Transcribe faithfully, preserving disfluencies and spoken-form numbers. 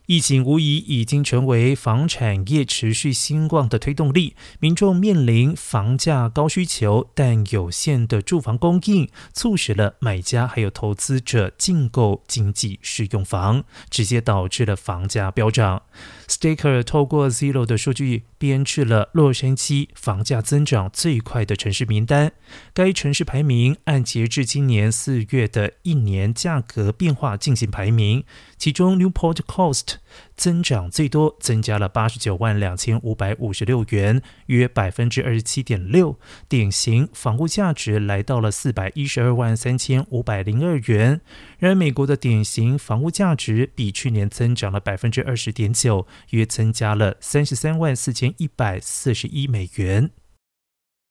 疫情无疑已经成为房产业持续兴旺的推动力，民众面临房价高需求，但有限的住房供应，促使了买家还有投资者竞购经济适用房，直接导致了房价飙涨。Staker 透过 Zillow 的数据编制了洛杉矶房价增长最快的城市名单，该城市排名按截至今年四月的一年价格变化进行排名，其中 Newport Coast 增长最多，增加了八十九万两千五百五十六元，约 百分之二十七点六， 典型房屋价值来到了四百一十二万三千五百零二元。然而美国的典型房屋价值比去年增长了 百分之二十点九， 约增加了三十三万四千一百四十一美元。